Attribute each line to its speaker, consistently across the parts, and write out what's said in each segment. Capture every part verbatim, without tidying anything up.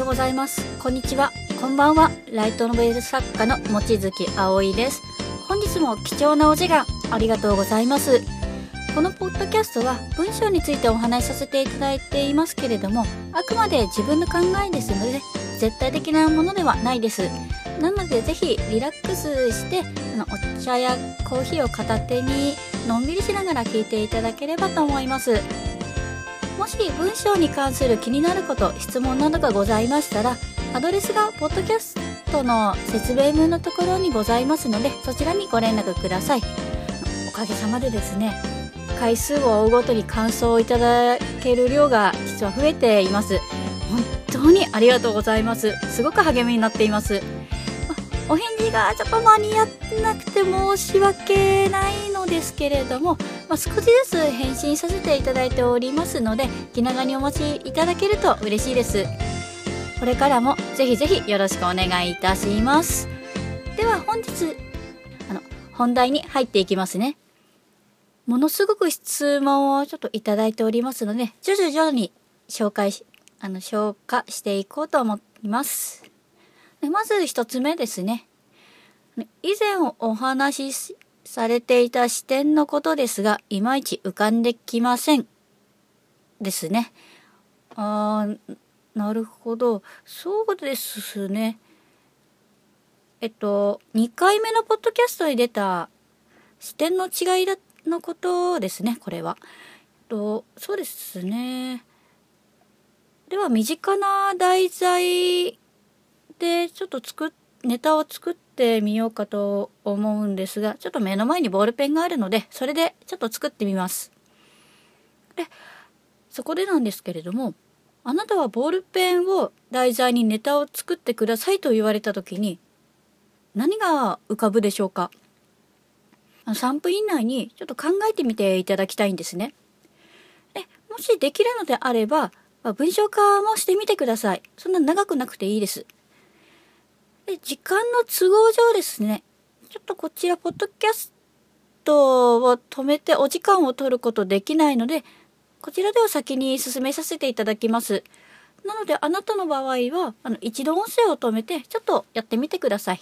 Speaker 1: ございます。こんにちは、こんばんは。ライトノベル作家の望月葵です。本日も貴重なお時間ありがとうございます。このポッドキャストは文章についてお話しさせていただいていますけれども、あくまで自分の考えですので絶対的なものではないです。なのでぜひリラックスしてあのお茶やコーヒーを片手にのんびりしながら聞いていただければと思います。もし文章に関する気になること、質問などがございましたら、アドレスがポッドキャストの説明文のところにございますので、そちらにご連絡ください。おかげさまでですね、回数を追うごとに感想をいただける量が実は増えています。本当にありがとうございます。すごく励みになっています。お返事がちょっと間に合ってなくて申し訳ないのですけれども、まあ、少しずつ返信させていただいておりますので、気長にお待ちいただけると嬉しいです。これからもぜひぜひよろしくお願いいたします。では本日あの本題に入っていきますね。ものすごく質問をちょっといただいておりますので、徐々徐々に紹介しあの消化していこうと思います。でまず一つ目ですね。以前お話しされていた視点のことですが、いまいち浮かんできませんですね。あー、なるほど。そうですね。えっと、にかいめのポッドキャストに出た視点の違いだのことですね、これは。えっと、そうですね。では、身近な題材でちょっと作っネタを作ってみようかと思うんですが、ちょっと目の前にボールペンがあるので、それでちょっと作ってみます。で、そこでなんですけれども、あなたはボールペンを題材にネタを作ってくださいと言われたときに、何が浮かぶでしょうか？あのさんぷん以内にちょっと考えてみていただきたいんですね。で、もしできるのであれば、文章化もしてみてください。そんな長くなくていいです。で、時間の都合上ですね、ちょっとこちらポッドキャストを止めてお時間を取ることできないので、こちらでは先に進めさせていただきます。なのであなたの場合はあの一度音声を止めてちょっとやってみてください。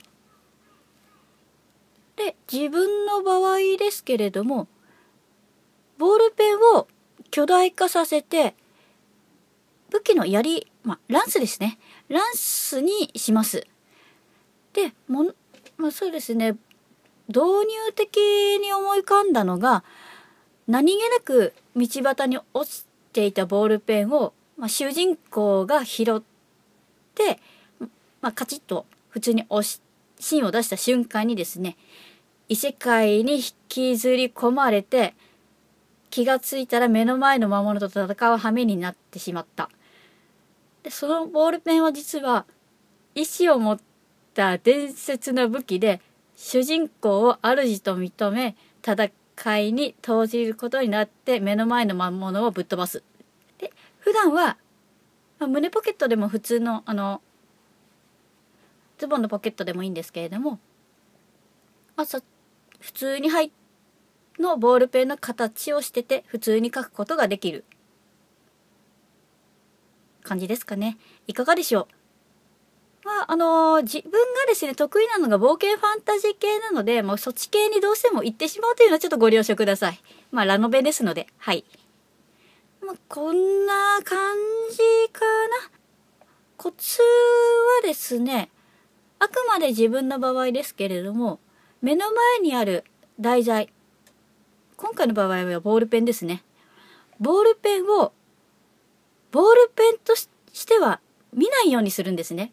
Speaker 1: で、自分の場合ですけれども、ボールペンを巨大化させて武器の槍、まあ、ランスですね、ランスにします。でも、まあ、そうですね、導入的に思い浮かんだのが、何気なく道端に落ちていたボールペンを、まあ、主人公が拾って、まあ、カチッと普通に押し芯を出した瞬間にですね、異世界に引きずり込まれて、気がついたら目の前の魔物と戦う羽目になってしまった。でそのボールペンは実は意志を持った伝説の武器で、主人公を主と認め戦いに投じることになって目の前の魔物をぶっ飛ばす。で普段は、まあ、胸ポケットでも普通のあのズボンのポケットでもいいんですけれども、まあ、そ普通に入のボールペンの形をしてて普通に書くことができる感じですかね。いかがでしょう。まあ、あのー、自分がですね、得意なのが冒険ファンタジー系なので、もうそっち系にどうしても行ってしまうというのはちょっとご了承ください。まあ、ラノベですので、はい。まあ、こんな感じかな。コツはですね、あくまで自分の場合ですけれども、目の前にある題材、今回の場合はボールペンですね。ボールペンを、ボールペンとしては見ないようにするんですね。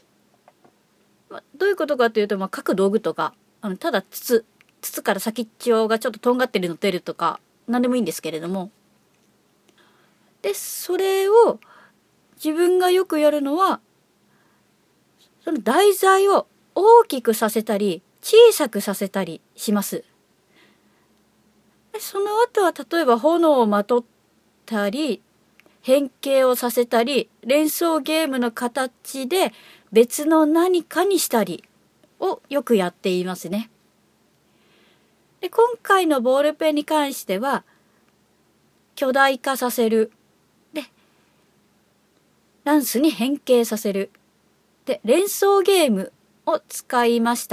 Speaker 1: どういうことかというと、まあ、書く道具とか、あのただ筒筒から先っちょがちょっととんがってるの出るとか何でもいいんですけれども、でそれを自分がよくやるのは、その題材を大きくさせたり小さくさせたりします。でその後は例えば炎をまとったり変形をさせたり、連想ゲームの形で別の何かにしたりをよくやっていますね。で今回のボールペンに関しては巨大化させる。でランスに変形させる。で、連想ゲームを使いました。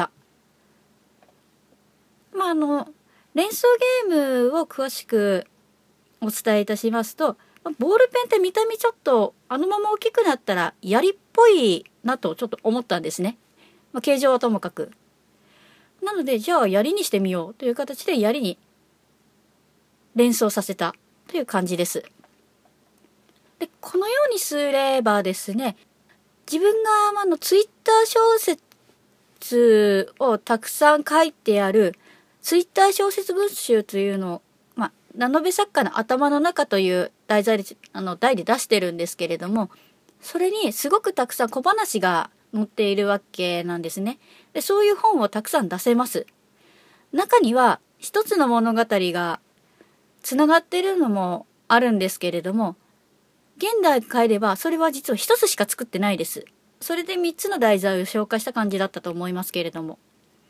Speaker 1: まあ、あの、連想ゲームを詳しくお伝えいたしますと、ボールペンって見た目ちょっとあのまま大きくなったら槍っぽいなとちょっと思ったんですね。まあ、形状はともかく。なので、じゃあ槍にしてみようという形で槍に連想させたという感じです。で、このようにすればですね、自分があのツイッター小説をたくさん書いてあるツイッター小説文集というのを、まあ、ラノベ作家の頭の中という題材で、あの題で出してるんですけれども、それにすごくたくさん小話が載っているわけなんですね。で、そういう本をたくさん出せます。中には一つの物語がつながっているのもあるんですけれども、現代変えればそれは実は一つしか作ってないです。それで三つの題材を紹介した感じだったと思いますけれども。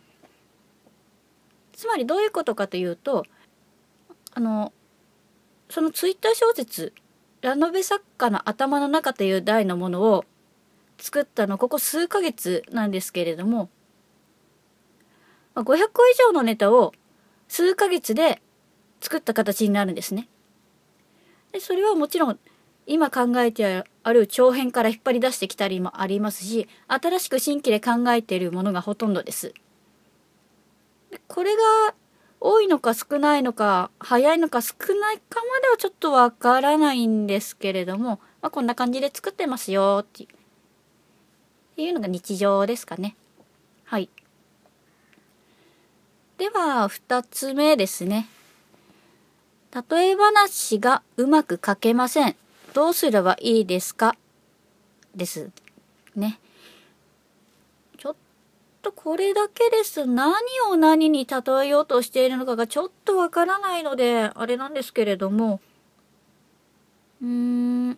Speaker 1: つまりどういうことかというと、あの、そのツイッター小説、ラノベ作家の頭の中という題のものを作ったのここ数ヶ月なんですけれども、ごひゃっこ以上のネタを数ヶ月で作った形になるんですね。で、それはもちろん今考えてある長編から引っ張り出してきたりもありますし、新しく新規で考えているものがほとんどです。で、これが多いのか少ないのか早いのか少ないかまではちょっとわからないんですけれども、まあ、こんな感じで作ってますよっていう。っていうのが日常ですかね。はい。では、二つ目ですね。例え話がうまく書けません。どうすればいいですかですね。ちょっとこれだけです。何を何に例えようとしているのかがちょっとわからないので、あれなんですけれども。うーん。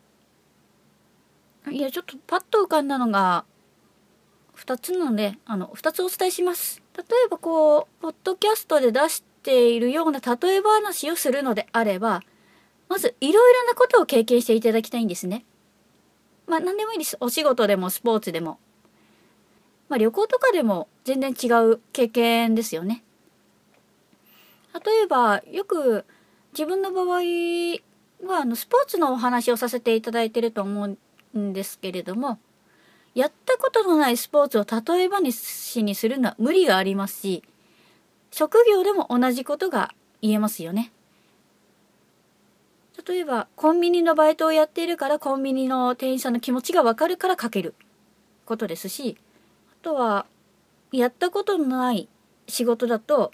Speaker 1: いや、ちょっとパッと浮かんだのが二つなので、あの、二つお伝えします。例えばこう、ポッドキャストで出しているような例え話をするのであれば、まずいろいろなことを経験していただきたいんですね。まあ何でもいいです。お仕事でもスポーツでも。まあ旅行とかでも全然違う経験ですよね。例えば、よく自分の場合はあのスポーツのお話をさせていただいていると思うんですけれども、やったことのないスポーツを例え話にするのは無理がありますし、職業でも同じことが言えますよね。例えば、コンビニのバイトをやっているからコンビニの店員さんの気持ちがわかるから書けることですし、あとは、やったことのない仕事だと、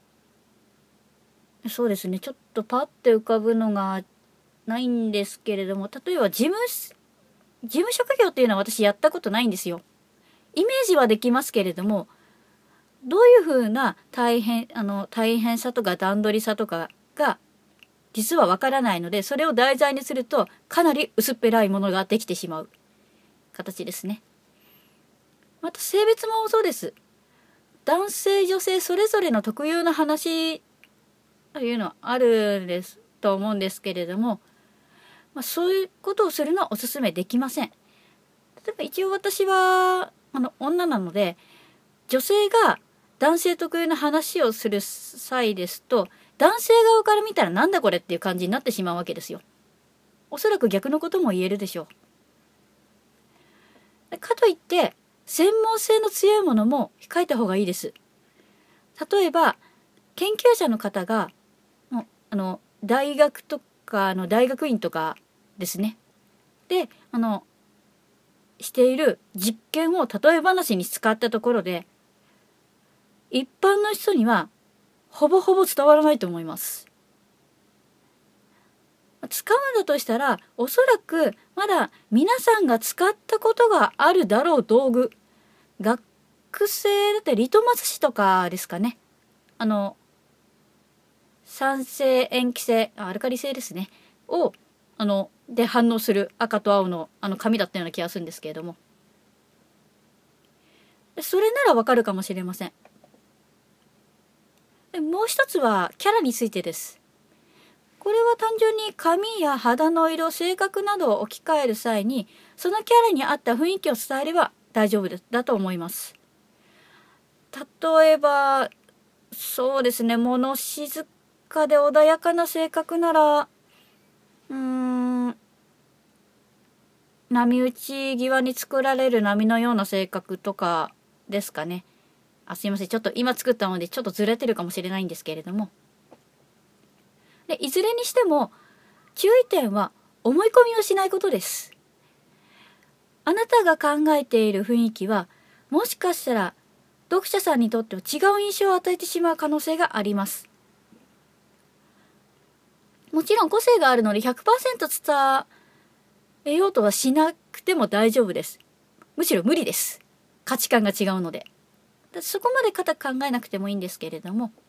Speaker 1: そうですね、ちょっとパッて浮かぶのがないんですけれども、例えば事務、事務職業っていうのは私やったことないんですよ。イメージはできますけれども、どういうふうな大変、あの、大変さとか段取りさとかが実はわからないので、それを題材にするとかなり薄っぺらいものができてしまう形ですね。また性別もそうです。男性女性それぞれの特有の話というのはあるんですと思うんですけれども、まあ、そういうことをするのはお勧めできません。例えば一応私はあの女なので、女性が男性特有の話をする際ですと、男性側から見たらなんだこれっていう感じになってしまうわけですよ。おそらく逆のことも言えるでしょう。かといって専門性の強いものも控えた方がいいです。例えば研究者の方があの大学とかの大学院とかですね。で、あのしている実験を例え話に使ったところで、一般の人にはほぼほぼ伝わらないと思います。使うんだとしたら、おそらくまだ皆さんが使ったことがあるだろう道具、学生だってリトマス紙とかですかね。あの酸性塩基性、アルカリ性ですねをあので反応する赤と青のあの紙だったような気がするんですけれども、それならわかるかもしれません。でもう一つはキャラについてです。 これは単純に髪や肌の色、性格などを置き換える際に、そのキャラに合った雰囲気を伝えれば大丈夫ですだと思います。例えば、そうですね、物静かで穏やかな性格なら、うーん、波打ち際に作られる波のような性格とかですかね。あ、すいません。ちょっと今作ったのでちょっとずれてるかもしれないんですけれども。で、いずれにしても注意点は思い込みをしないことです。あなたが考えている雰囲気はもしかしたら読者さんにとっては違う印象を与えてしまう可能性があります。もちろん個性があるので ひゃくパーセント 伝えようとはしなくても大丈夫です。むしろ無理です。価値観が違うので。そこまで固く考えなくてもいいんですけれども。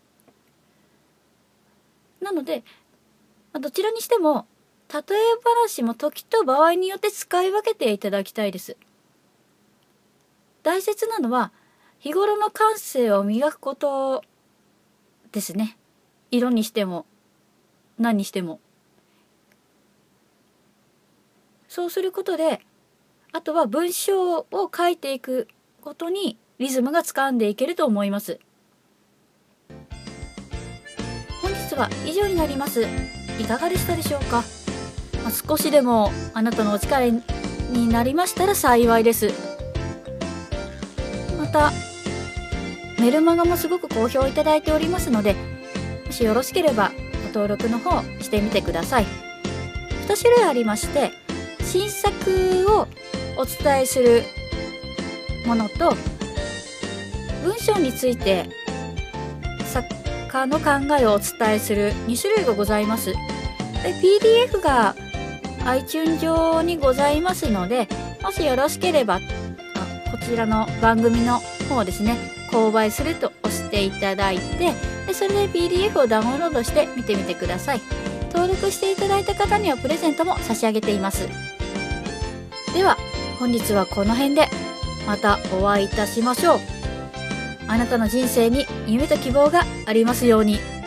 Speaker 1: なので、どちらにしても、例え話も時と場合によって使い分けていただきたいです。大切なのは、日頃の感性を磨くことですね。色にしても、何にしても。そうすることで、あとは文章を書いていくことにリズムがつかんでいけると思います。本日は以上になります。いかがでしたでしょうか。まあ、少しでもあなたのお力になりましたら幸いです。また、メルマガもすごく好評いただいておりますので、もしよろしければご登録の方してみてください。に種類ありまして、新作をお伝えするものと、文章について作家の考えをお伝えするに種類がございます。で ピーディーエフ が iTunes 上にございますので、もしよろしければあこちらの番組の方ですね、購買すると押していただいて、でそれで ピーディーエフ をダウンロードして見てみてください。登録していただいた方にはプレゼントも差し上げています。では本日はこの辺でまたお会いいたしましょう。あなたの人生に夢と希望がありますように。